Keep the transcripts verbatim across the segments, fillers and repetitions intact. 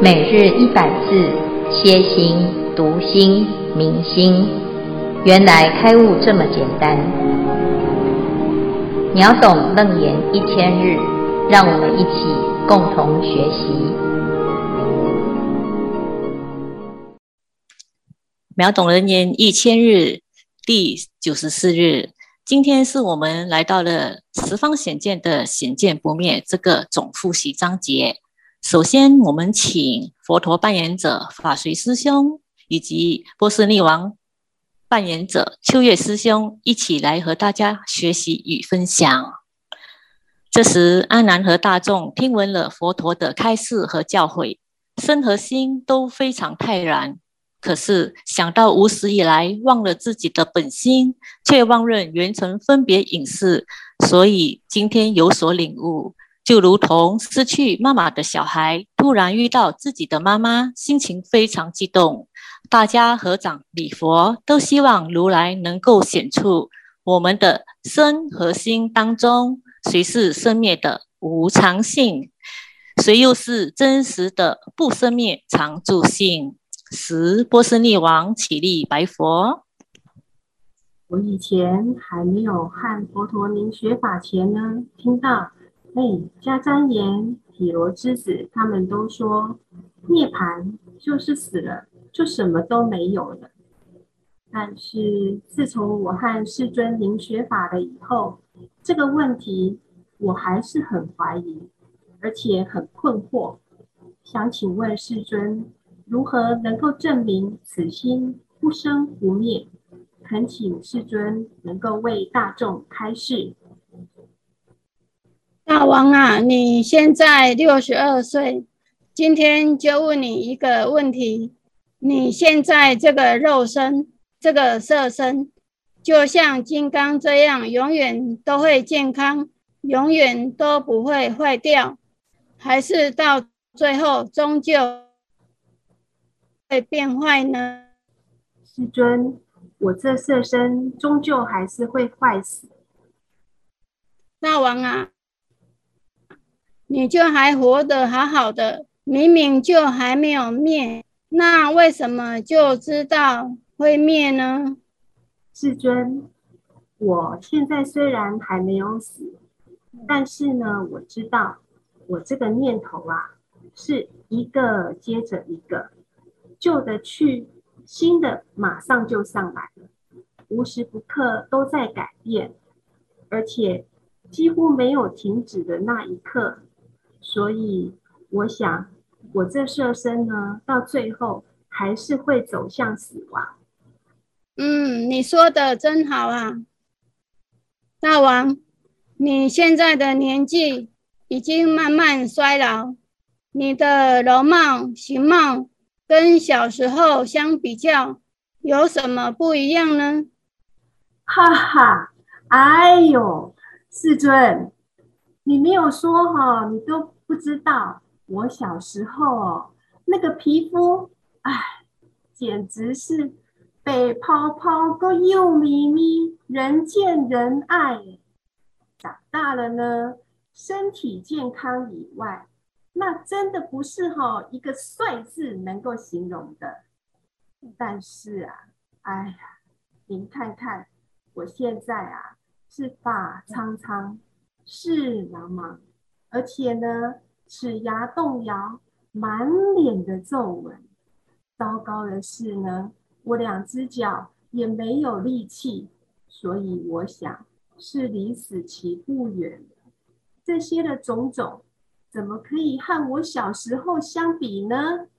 每日一百字，歇心、读心、明心，原来开悟这么简单。秒懂楞严一千日，让我们一起共同学习。 秒懂楞严一千日第九十四日，今天是我们来到了十方显见的显见不灭这个总复习章节。首先，我们请佛陀扮演者法随师兄以及波斯匿王扮演者秋月师兄一起来和大家学习与分享。这时，安然和大众听闻了佛陀的开示和教诲，身和心都非常泰然。可是想到无始以来忘了自己的本心，却妄认缘成分别隐士，所以今天有所领悟。就如同失去妈妈的小孩突然遇到自己的妈妈，心情非常激动。大家合掌礼佛，都希望如来能够显出我们的身和心当中，谁是生灭的无常性，谁又是真实的不生灭常住性。时波斯匿王起立白佛： 我以前还没有和佛陀您学法前呢，听到哎，迦旃延、毗罗之子他们都说涅槃就是死了，就什么都没有了。但是自从我和世尊您学法了以后，这个问题我还是很怀疑，而且很困惑。想请问世尊，如何能够证明此心不生不灭？恳请世尊能够为大众开示。 大王啊，你现在六十二岁，今天就问你一个问题：你现在这个肉身，这个色身，就像金刚这样，永远都会健康，永远都不会坏掉，还是到最后终究会变坏呢？ 世尊，我这色身终究还是会坏死。 大王啊，你就还活得好好的，明明就还没有灭，那为什么就知道会灭呢？ 世尊，我现在虽然还没有死，但是呢，我知道我这个念头啊，是一个接着一个，旧的去，新的马上就上来了，无时不刻都在改变，而且几乎没有停止的那一刻。所以我想我这色身呢，到最后还是会走向死亡。 嗯，你说的真好啊。大王，你现在的年纪已经慢慢衰老，你的容貌形貌跟小时候相比较有什么不一样呢？ 哈哈，哎呦，世尊，你没有说哈、哦，你都不知道我小时候哦，那个皮肤，哎，简直是白泡泡个幼咪咪，人见人爱。长大了呢，身体健康以外，那真的不是哈、哦、一个帅字能够形容的。但是啊，哎呀，您看看我现在啊，是发苍苍，视茫茫，而且呢，齿牙动摇，满脸的皱纹。糟糕的是呢，我两只脚也没有力气，所以我想是离死期不远了。这些的种种，怎么可以和我小时候相比呢？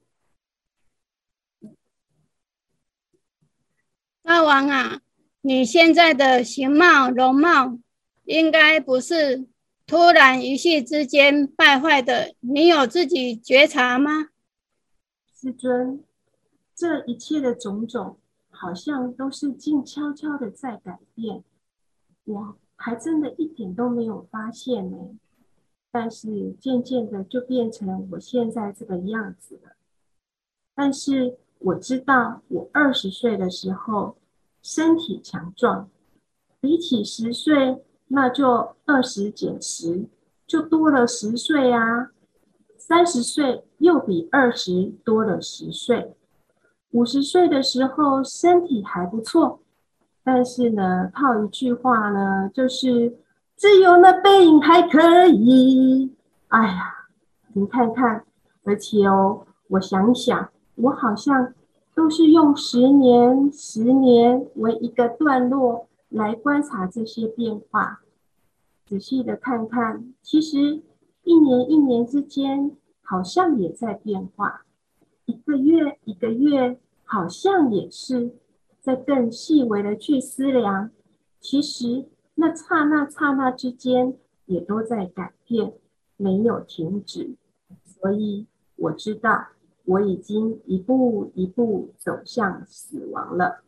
大王啊，你现在的形貌容貌应该不是突然一夕之间败坏的，你有自己觉察吗？ 世尊，这一切的种种，好像都是静悄悄的在改变，我还真的一点都没有发现呢。但是渐渐的就变成我现在这个样子了。但是我知道，我二十岁的时候身体强壮，比起十岁，那就二十减十，就多了十岁啊。 三十岁又比二十多了十岁。五十岁的时候身体还不错，但是呢，套一句话呢，就是只有那背影还可以。哎呀，你看看，而且哦，我想想，我好像都是用十年、十年为一个段落来观察这些变化。仔细的看看，其实一年一年之间，好像也在变化。一个月一个月，好像也是在更细微的去思量。其实那刹那刹那之间，也都在改变，没有停止。所以我知道，我已经一步一步走向死亡了。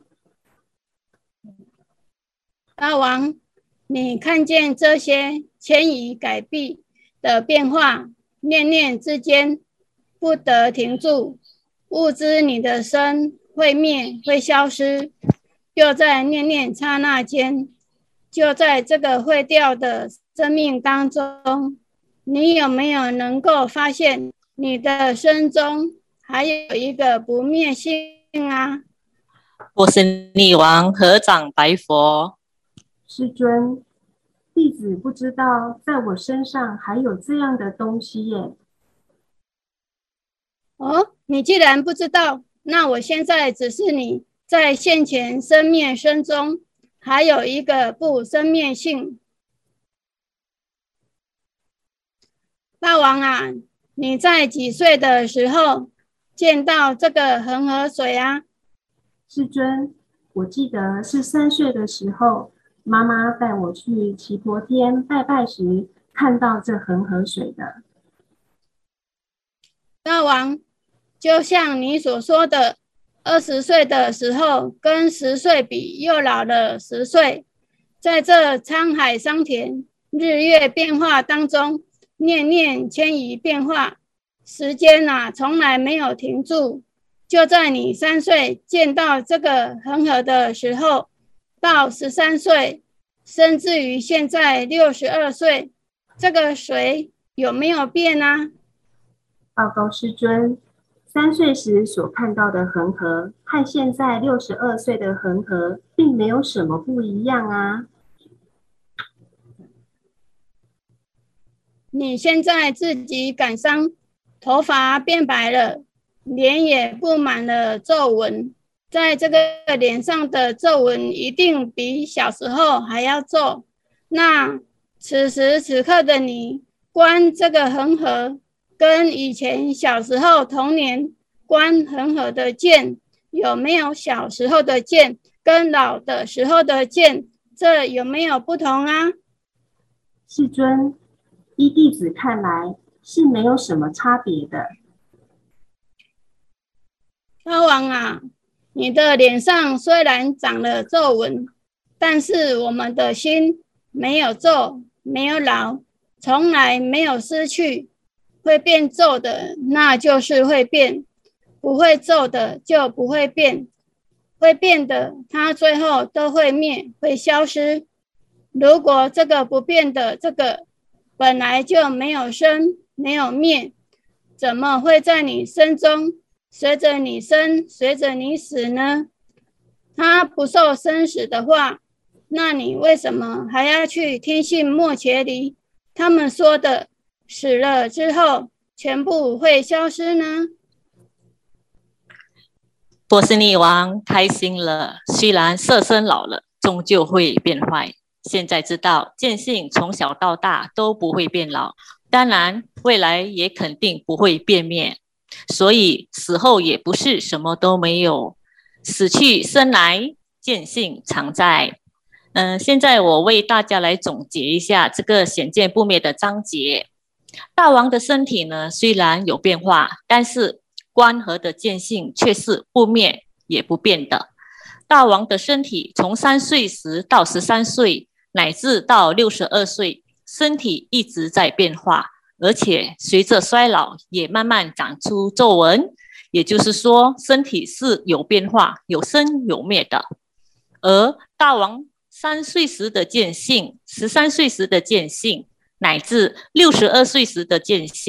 大王，你看见这些迁移改变的变化，念念之间不得停住。悟知你的生会灭，会消失，就在念念刹那间，就在这个会掉的生命当中，你有没有能够发现你的身中还有一个不灭性啊？ 波斯匿王合掌白佛。 世尊，弟子不知道在我身上还有这样的东西耶。 哦，你既然不知道，那我现在指示你，在现前生灭身中，还有一个不生灭性。大王啊，你在几岁的时候见到这个恒河水啊？ 世尊，我记得是三岁的时候，妈妈带我去奇婆天拜拜时，看到这恒河水的。 大王，就像你所说的，二十岁的时候跟十岁比，又老了十岁。在这沧海桑田、日月变化当中，念念迁移变化，时间啊，从来没有停住。就在你三岁见到这个恒河的时候，到十三岁，甚至于现在六十二岁，这个水有没有变啊？ 报告世尊，三岁时所看到的恒河和现在六十二岁的恒河并没有什么不一样啊。 你现在自己感伤，头发变白了，脸也布满了皱纹，在这个脸上的皱纹一定比小时候还要皱。那此时此刻的你观这个恒河，跟以前小时候童年观恒河的见，有没有小时候的见跟老的时候的见，这有没有不同啊？ 世尊，依弟子看来是没有什么差别的。 大王啊，你的脸上虽然长了皱纹，但是我们的心没有皱，没有老，从来没有失去。会变皱的，那就是会变；不会皱的就不会变。会变的，它最后都会灭，会消失。如果这个不变的，这个本来就没有生，没有灭，怎么会在你身中随着你生，随着你死呢？它不受生死的话，那你为什么还要去听信末伽离他们说的死了之后全部会消失呢？ 波斯匿王开心了，虽然色身老了，终究会变坏。现在知道见性从小到大都不会变老，当然未来也肯定不会变灭，所以死后也不是什么都没有，死去生来见性常在。嗯、呃，现在我为大家来总结一下这个显见不灭的章节。大王的身体呢，虽然有变化，但是观河的见性却是不灭也不变的。大王的身体从三岁时到十三岁，乃至到六十二岁，身体一直在变化，而且随着衰老也慢慢长出皱纹，也就是说身体是有变化，有生有灭的。而大王三岁时的见性，十三岁时的见性，乃至六十二岁时的见性，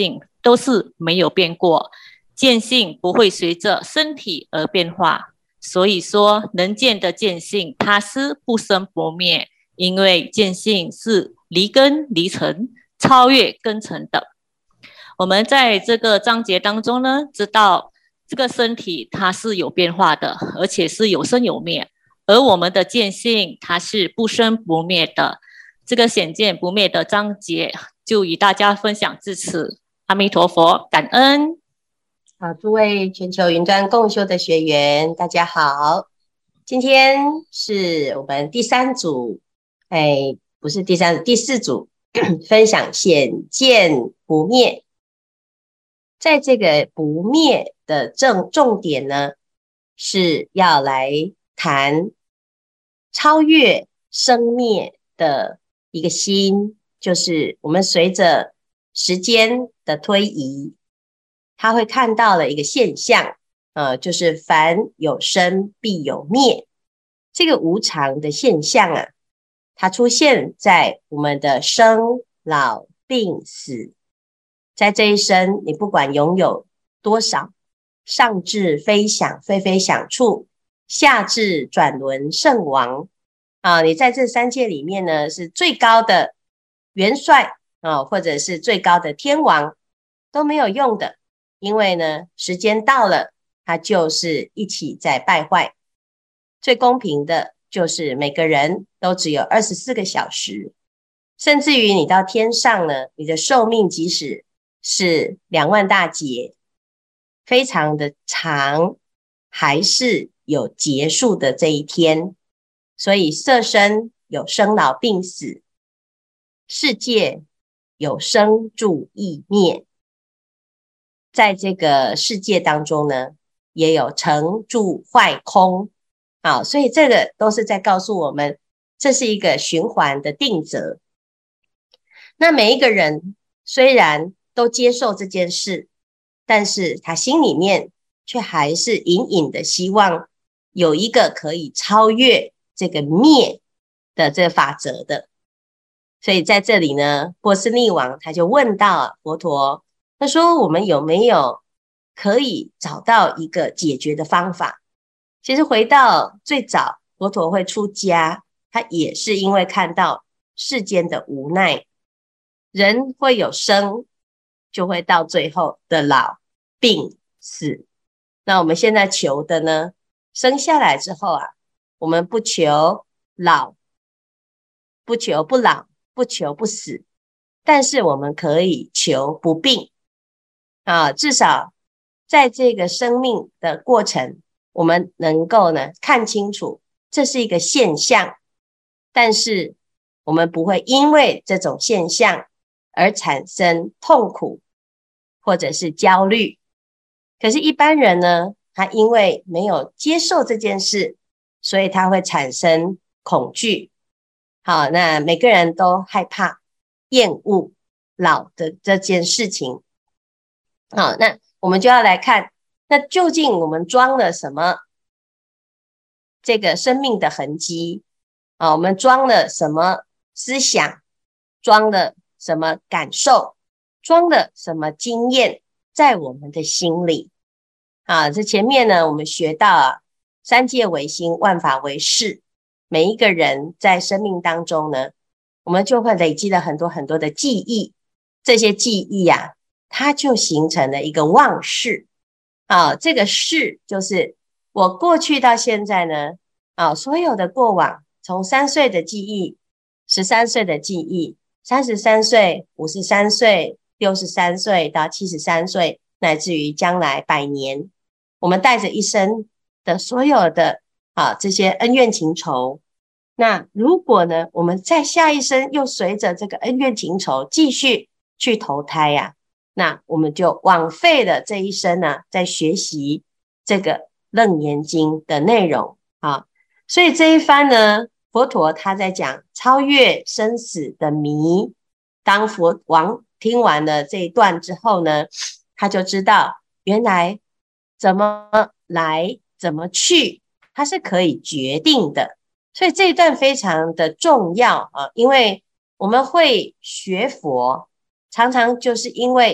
都是没有变过，见性不会随着身体而变化。所以说能见的见性它是不生不灭，因为见性是离根离尘，超越根尘的。我们在这个章节当中呢，知道这个身体它是有变化的，而且是有生有灭，而我们的见性它是不生不灭的。这个显见不灭的章节就与大家分享至此，阿弥陀佛，感恩。 好，诸位全球云端共修的学员，大家好。今天是我们第三组，哎，不是第三组，第四组分享显见不灭。在这个不灭的正重点呢，是要来谈超越生灭的一个心，就是我们随着时间的推移，他会看到了一个现象，呃，就是凡有生必有灭，这个无常的现象啊，它出现在我们的生老病死。在这一生，你不管拥有多少，上至飞翔飞飞享处，下至转轮圣王啊，你在这三界里面呢，是最高的元帅啊，或者是最高的天王都没有用的。因为呢，时间到了，它就是一起在败坏。最公平的就是每个人都只有二十四个小时，甚至于你到天上呢，你的寿命即使是两万大劫，非常的长，还是有结束的这一天。所以色身有生老病死，世界有生住异灭。在这个世界当中呢，也有成住坏空，好，所以这个都是在告诉我们，这是一个循环的定则。那每一个人虽然都接受这件事，但是他心里面却还是隐隐的希望有一个可以超越这个灭的这个法则的。所以在这里呢，波斯匿王他就问到佛陀，他说我们有没有可以找到一个解决的方法？其实回到最早佛陀会出家，他也是因为看到世间的无奈，人会有生，就会到最后的老病死。那我们现在求的呢，生下来之后啊，我们不求老，不求不老，不求不死，但是我们可以求不病啊，至少在这个生命的过程，我们能够呢看清楚这是一个现象，但是我们不会因为这种现象而产生痛苦或者是焦虑。可是一般人呢，他因为没有接受这件事，所以他会产生恐惧。好，那每个人都害怕厌恶老的这件事情。好，那我们就要来看，那究竟我们装了什么这个生命的痕迹啊？我们装了什么思想，装了什么感受，装了什么经验在我们的心里啊？这前面呢，我们学到啊，三界为心，万法为识。每一个人在生命当中呢，我们就会累积了很多很多的记忆，这些记忆啊，它就形成了一个妄识啊。这个识就是我过去到现在呢，啊，所有的过往，从三岁的记忆，十三岁的记忆，三十三岁、五十三岁、六十三岁到七十三岁，乃至于将来百年，我们带着一生的所有的啊这些恩怨情仇。那如果呢，我们在下一生又随着这个恩怨情仇继续去投胎呀、啊，那我们就枉费了这一生呢、啊，在学习这个楞严经的内容啊。所以这一番呢，佛陀他在讲超越生死的谜。当佛王听完了这一段之后呢，他就知道原来怎么来怎么去，它是可以决定的。所以这一段非常的重要啊，因为我们会学佛，常常就是因为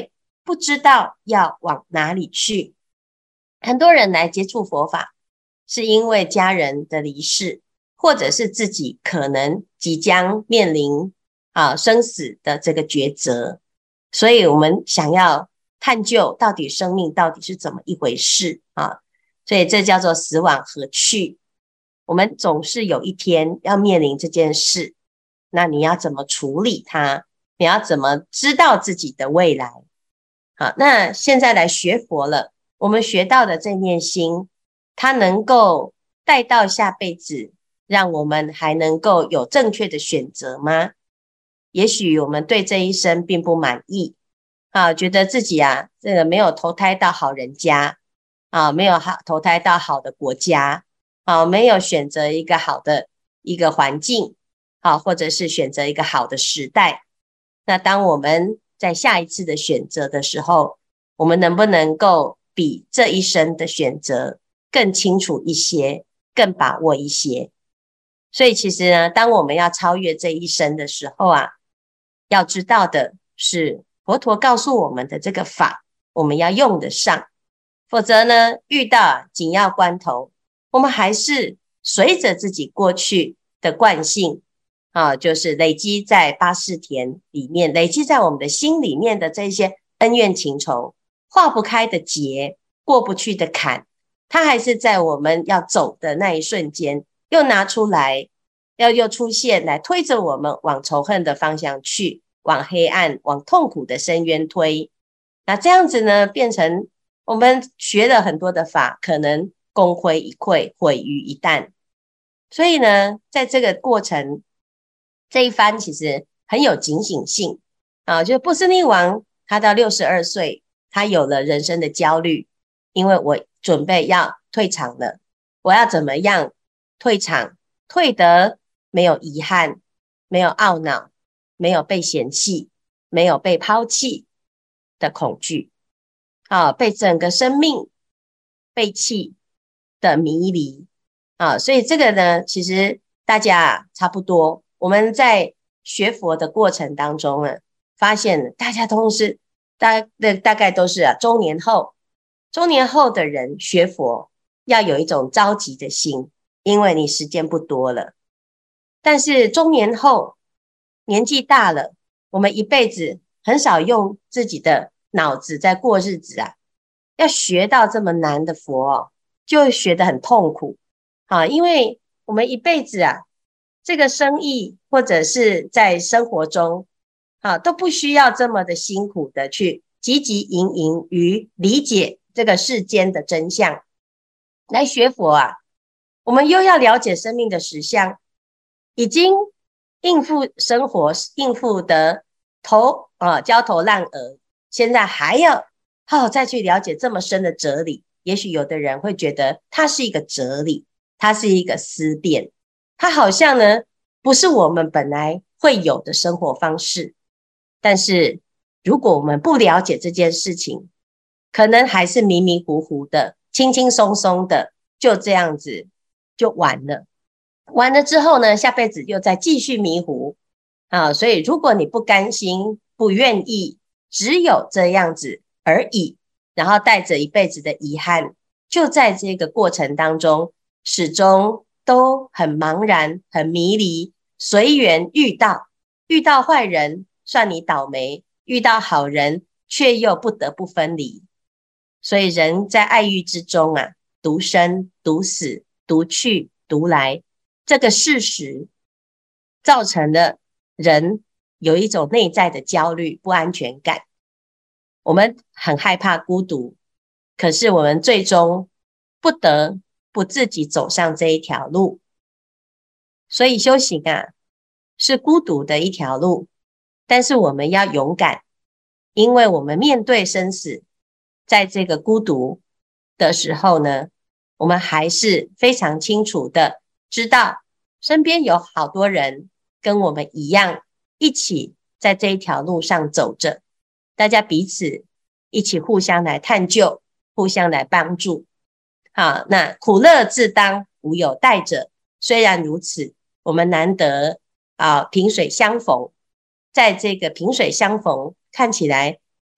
不知道要往哪里去。很多人来接触佛法，是因为家人的离世，或者是自己可能即将面临啊生死的这个抉择，所以我们想要探究到底生命到底是怎么一回事啊，所以这叫做死往何去。我们总是有一天要面临这件事，那你要怎么处理它？你要怎么知道自己的未来？好，那现在来学佛了，我们学到的这念心，它能够带到下辈子，让我们还能够有正确的选择吗？也许我们对这一生并不满意啊，觉得自己啊，这个没有投胎到好人家啊，没有好投胎到好的国家啊，没有选择一个好的一个环境啊，或者是选择一个好的时代。那当我们在下一次的选择的时候，我们能不能够比这一生的选择更清楚一些，更把握一些？所以其实呢，当我们要超越这一生的时候啊，要知道的是佛陀告诉我们的这个法，我们要用得上，否则呢，遇到紧要关头，我们还是随着自己过去的惯性啊，就是累积在八识田里面，累积在我们的心里面的这些恩怨情仇，化不开的结，过不去的坎，它还是在我们要走的那一瞬间又拿出来，要又出现来推着我们往仇恨的方向去，往黑暗往痛苦的深渊推。那这样子呢，变成我们学了很多的法，可能功亏一篑，毁于一旦。所以呢，在这个过程这一番其实很有警醒性啊，就是波斯匿王他到六十二岁，他有了人生的焦虑，因为我准备要退场了，我要怎么样退场，退得没有遗憾，没有懊恼，没有被嫌弃，没有被抛弃的恐惧啊，被整个生命背弃的迷离啊，所以这个呢，其实大家啊差不多，我们在学佛的过程当中呢，发现大家都是大大概都是啊中年后，中年后的人学佛要有一种着急的心，因为你时间不多了。但是中年后年纪大了，我们一辈子很少用自己的脑子在过日子啊，要学到这么难的佛哦，就会学得很痛苦啊，因为我们一辈子啊，这个生意或者是在生活中啊，都不需要这么的辛苦的去汲汲营营于理解这个世间的真相。来学佛啊，我们又要了解生命的实相，已经应付生活应付得头啊焦头烂额，现在还要好、哦、再去了解这么深的哲理。也许有的人会觉得它是一个哲理，它是一个思辨，它好像呢不是我们本来会有的生活方式。但是如果我们不了解这件事情，可能还是迷迷糊糊的，轻轻松松的，就这样子就完了。完了之后呢，下辈子又再继续迷糊啊！所以如果你不甘心，不愿意，只有这样子而已，然后带着一辈子的遗憾，就在这个过程当中，始终都很茫然，很迷离，随缘遇到，遇到坏人算你倒霉，遇到好人却又不得不分离。所以人在爱欲之中啊，独生独死，独去独来，这个事实造成了人有一种内在的焦虑不安全感，我们很害怕孤独，可是我们最终不得不自己走上这一条路。所以修行啊，是孤独的一条路，但是我们要勇敢，因为我们面对生死，在这个孤独的时候呢，我们还是非常清楚的知道身边有好多人跟我们一样，一起在这一条路上走着，大家彼此一起互相来探究，互相来帮助。好，那苦乐自当无有代者。虽然如此，我们难得啊萍水相逢，在这个萍水相逢看起来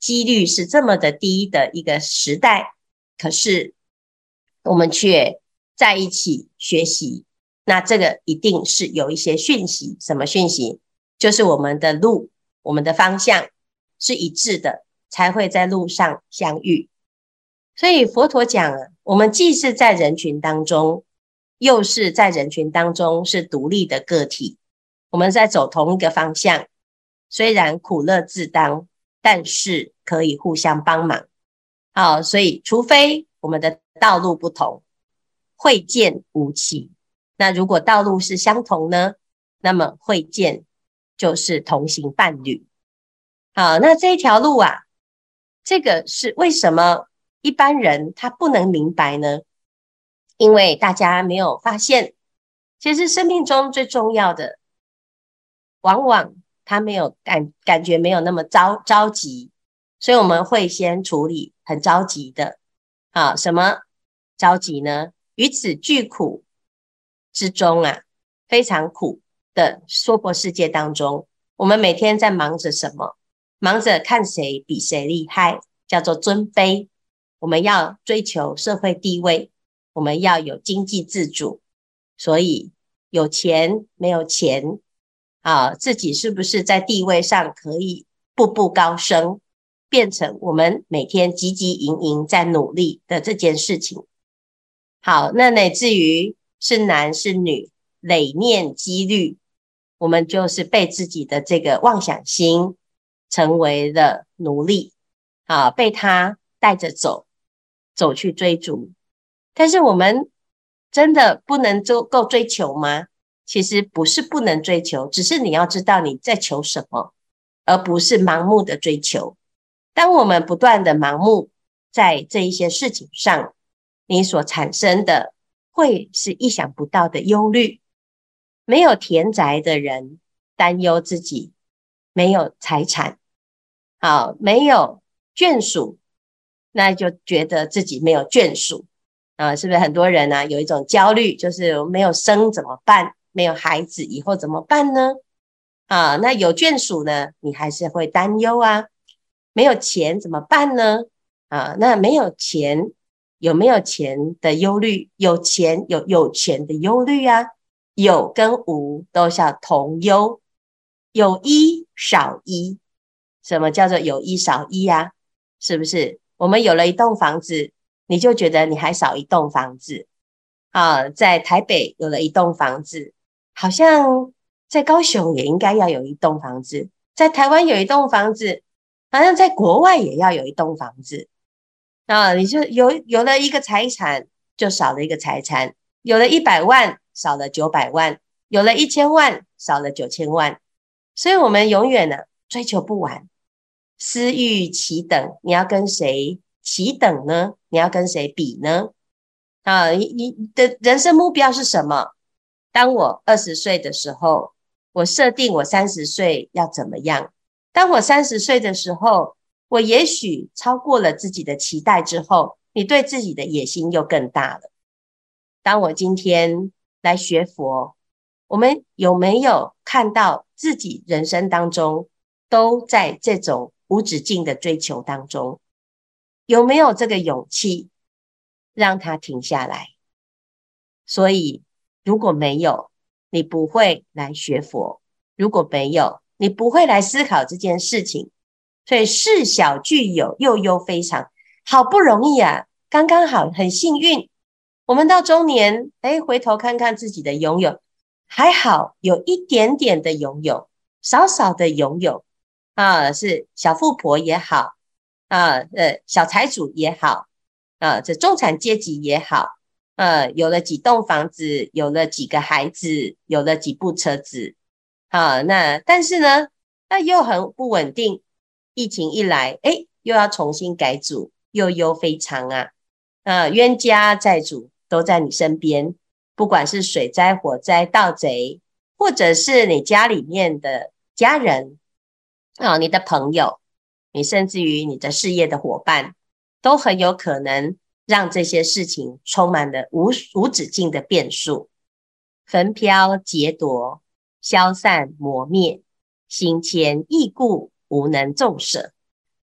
几率是这么的低的一个时代，可是我们却在一起学习，那这个一定是有一些讯息。什么讯息？就是我们的路，我们的方向是一致的，才会在路上相遇。所以佛陀讲啊，我们既是在人群当中，又是在人群当中是独立的个体，我们在走同一个方向，虽然苦乐自当，但是可以互相帮忙。好，所以除非我们的道路不同，会见无期。那如果道路是相同呢，那么会见就是同行伴侣。好，那这一条路啊，这个是为什么一般人他不能明白呢？因为大家没有发现，其实生命中最重要的，往往他没有感感觉没有那么着着急，所以我们会先处理很着急的。啊，什么着急呢？于此巨苦之中啊，非常苦的娑婆世界当中，我们每天在忙着什么？忙着看谁比谁厉害，叫做尊卑。我们要追求社会地位，我们要有经济自主，所以有钱没有钱啊，自己是不是在地位上可以步步高升，变成我们每天汲汲营营在努力的这件事情。好，那乃至于是男是女，累念积虑，我们就是被自己的这个妄想心成为了奴隶啊，被他带着走走去追逐。但是我们真的不能够追求吗？其实不是不能追求，只是你要知道你在求什么，而不是盲目的追求。当我们不断的盲目在这一些事情上，你所产生的会是意想不到的忧虑。没有田宅的人担忧自己没有财产，好，没有眷属，那就觉得自己没有眷属啊，是不是很多人啊有一种焦虑，就是没有生怎么办？没有孩子以后怎么办呢？啊，那有眷属呢，你还是会担忧啊。没有钱怎么办呢？啊，那没有钱，有没有钱的忧虑？有钱有有钱的忧虑啊。有跟无都叫同忧，有一少一。什么叫做有一少一啊？是不是我们有了一栋房子，你就觉得你还少一栋房子啊？在台北有了一栋房子，好像在高雄也应该要有一栋房子，在台湾有一栋房子，好像在国外也要有一栋房子啊！你就有有了一个财产，就少了一个财产；有了一百万，少了九百万；有了一千万，少了九千万。所以我们永远呢追求不完，私欲齐等，你要跟谁齐等呢？你要跟谁比呢？啊，你你的人生目标是什么？当我二十岁的时候，我设定我三十岁要怎么样？当我三十岁的时候，我也许超过了自己的期待之后，你对自己的野心又更大了。当我今天来学佛，我们有没有看到自己人生当中都在这种无止境的追求当中？有没有这个勇气让它停下来？所以如果没有，你不会来学佛；如果没有，你不会来思考这件事情。所以事小具有，又忧非常，好不容易啊，刚刚好，很幸运。我们到中年，哎，回头看看自己的拥有，还好有一点点的拥有，少少的拥有啊，是小富婆也好啊，呃，小财主也好啊，这中产阶级也好。呃，有了几栋房子，有了几个孩子，有了几部车子，好，那但是呢，那又很不稳定。疫情一来，哎，又要重新改组，忧忧非常啊，呃，冤家债主都在你身边，不管是水灾、火灾、盗贼，或者是你家里面的家人啊、哦，你的朋友，你甚至于你的事业的伙伴，都很有可能让这些事情充满了无无止境的变数，焚飘劫夺，消散磨灭，心牵意故，无能纵舍。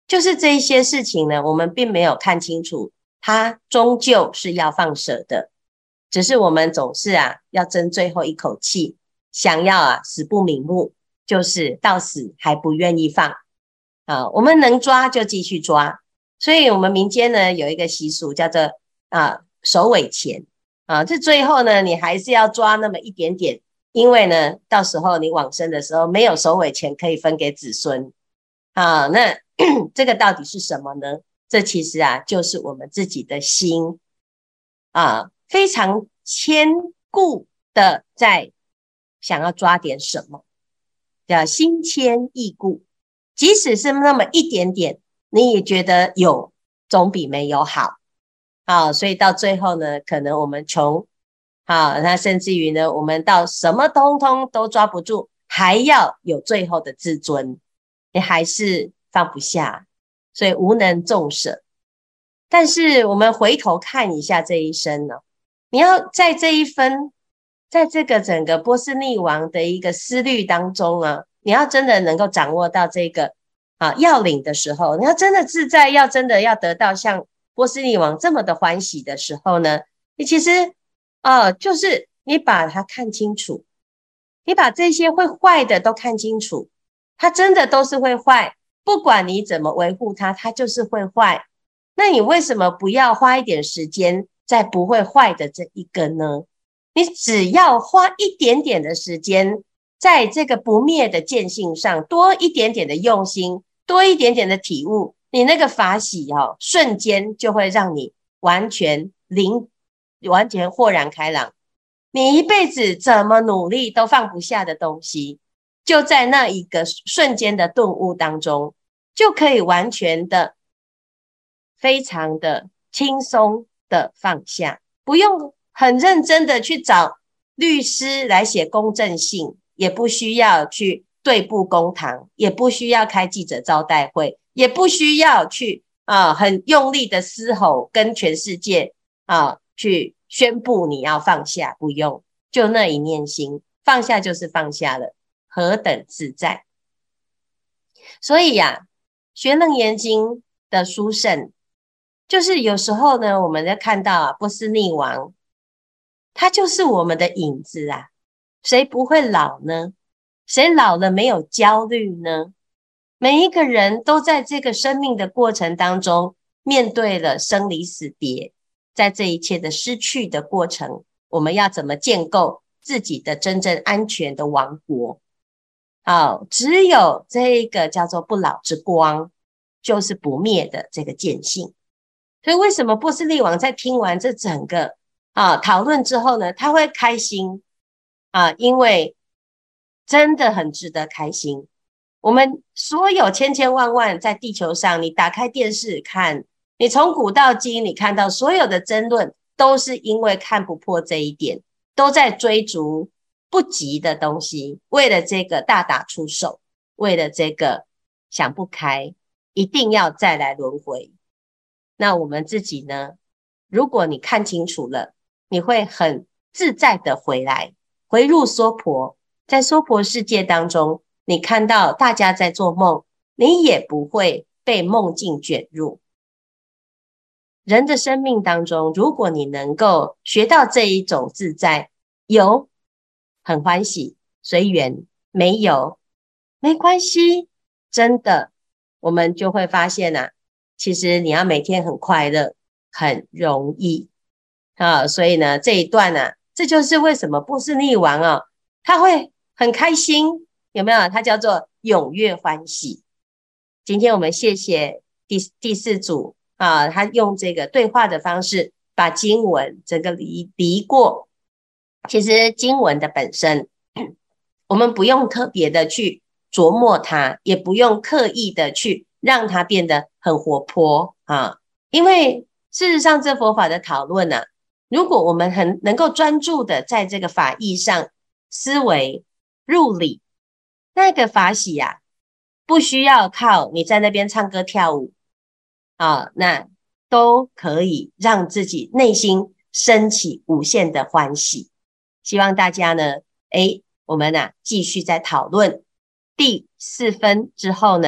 就是这一些事情呢，我们并没有看清楚，它终究是要放舍的，只是我们总是啊要争最后一口气，想要啊死不瞑目，就是到死还不愿意放啊。我们能抓就继续抓，所以我们民间呢有一个习俗叫做啊首尾钱啊，这最后呢你还是要抓那么一点点，因为呢到时候你往生的时候没有首尾钱可以分给子孙啊。那这个到底是什么呢？这其实啊就是我们自己的心啊，非常坚固的在想要抓点什么，叫心牵意固，即使是那么一点点，你也觉得有总比没有好啊。所以到最后呢，可能我们穷啊，那甚至于呢，我们到什么通通都抓不住，还要有最后的自尊，你还是放不下，所以无能纵舍。但是我们回头看一下这一生呢，你要在这一分，在这个整个波斯匿王的一个思虑当中啊，你要真的能够掌握到这个啊要领的时候，你要真的自在，要真的要得到像波斯匿王这么的欢喜的时候呢，你其实啊就是你把它看清楚，你把这些会坏的都看清楚，它真的都是会坏，不管你怎么维护它，它就是会坏。那你为什么不要花一点时间在不会坏的这一个呢？你只要花一点点的时间在这个不灭的见性上，多一点点的用心，多一点点的体悟，你那个法喜哦，瞬间就会让你完全灵，完全豁然开朗。你一辈子怎么努力都放不下的东西，就在那一个瞬间的顿悟当中，就可以完全的非常的轻松的放下，不用很认真的去找律师来写公证信，也不需要去对簿公堂，也不需要开记者招待会，也不需要去啊很用力的嘶吼跟全世界啊去宣布你要放下，不用，就那一念心放下就是放下了，何等自在。所以呀、啊，学楞严经的殊胜，就是有时候呢，我们在看到啊，波斯匿王，他就是我们的影子啊。谁不会老呢？谁老了没有焦虑呢？每一个人都在这个生命的过程当中，面对了生离死别，在这一切的失去的过程，我们要怎么建构自己的真正安全的王国？好，只有这个叫做不老之光，就是不灭的这个见性。所以为什么波斯匿王在听完这整个啊讨论之后呢，他会开心啊？因为真的很值得开心。我们所有千千万万在地球上，你打开电视看，你从古到今，你看到所有的争论，都是因为看不破这一点，都在追逐不及的东西，为了这个大打出手，为了这个想不开，一定要再来轮回。那我们自己呢？如果你看清楚了，你会很自在的回来，回入娑婆。在娑婆世界当中，你看到大家在做梦，你也不会被梦境卷入。人的生命当中，如果你能够学到这一种自在，有很欢喜随缘，没有没关系，真的我们就会发现啊，其实你要每天很快乐很容易啊。所以呢，这一段啊，这就是为什么波斯匿王啊，他会很开心，有没有？他叫做踊跃欢喜。今天我们谢谢第第四组啊，他用这个对话的方式把经文整个离离过。其实经文的本身，我们不用特别的去琢磨它，也不用刻意的去让它变得很活泼啊。因为事实上这佛法的讨论啊，如果我们很能够专注的在这个法义上思维入理，那个法喜啊，不需要靠你在那边唱歌跳舞啊，那都可以让自己内心升起无限的欢喜。希望大家呢，诶，我们啊继续在讨论第四分之后呢，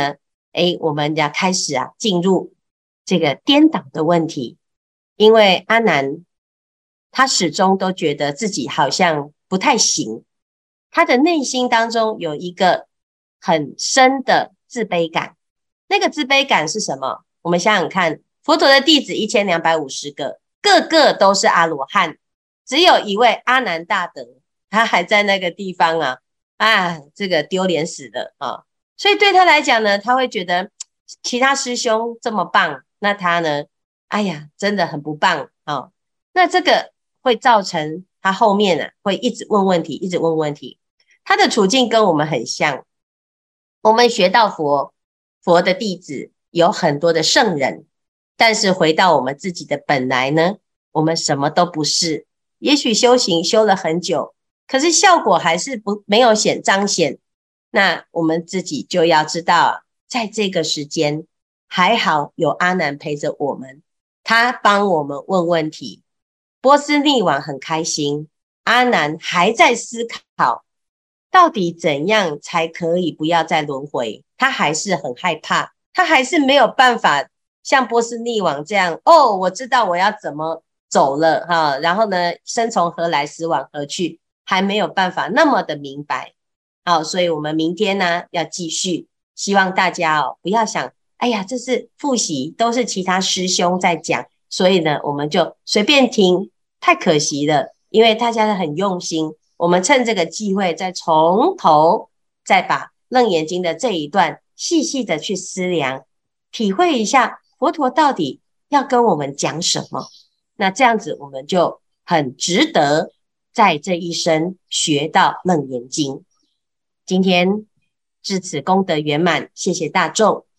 哎，我们要开始啊进入这个颠倒的问题，因为阿难他始终都觉得自己好像不太行，他的内心当中有一个很深的自卑感。那个自卑感是什么？我们想想看，佛陀的弟子一千两百五十个，个个都是阿罗汉，只有一位阿难大德，他还在那个地方啊啊，这个丢脸死了啊！所以对他来讲呢，他会觉得其他师兄这么棒，那他呢，哎呀，真的很不棒啊！那这个会造成他后面啊会一直问问题，一直问问题。他的处境跟我们很像，我们学到佛。佛的弟子有很多的圣人，但是回到我们自己的本来呢，我们什么都不是。也许修行修了很久，可是效果还是不没有显彰显。那我们自己就要知道，在这个时间还好有阿难陪着我们，他帮我们问问题。波斯匿王很开心，阿难还在思考到底怎样才可以不要再轮回。他还是很害怕，他还是没有办法像波斯匿王这样，哦，我知道我要怎么走了哈，然后呢，生从何来，死往何去，还没有办法那么的明白。好，所以我们明天呢要继续，希望大家哦不要想，哎呀，这是复习，都是其他师兄在讲，所以呢我们就随便听，太可惜了，因为大家很用心，我们趁这个机会再从头再把楞严经的这一段细细的去思量，体会一下佛陀到底要跟我们讲什么。那这样子我们就很值得在这一生学到楞严经。今天至此功德圆满，谢谢大众。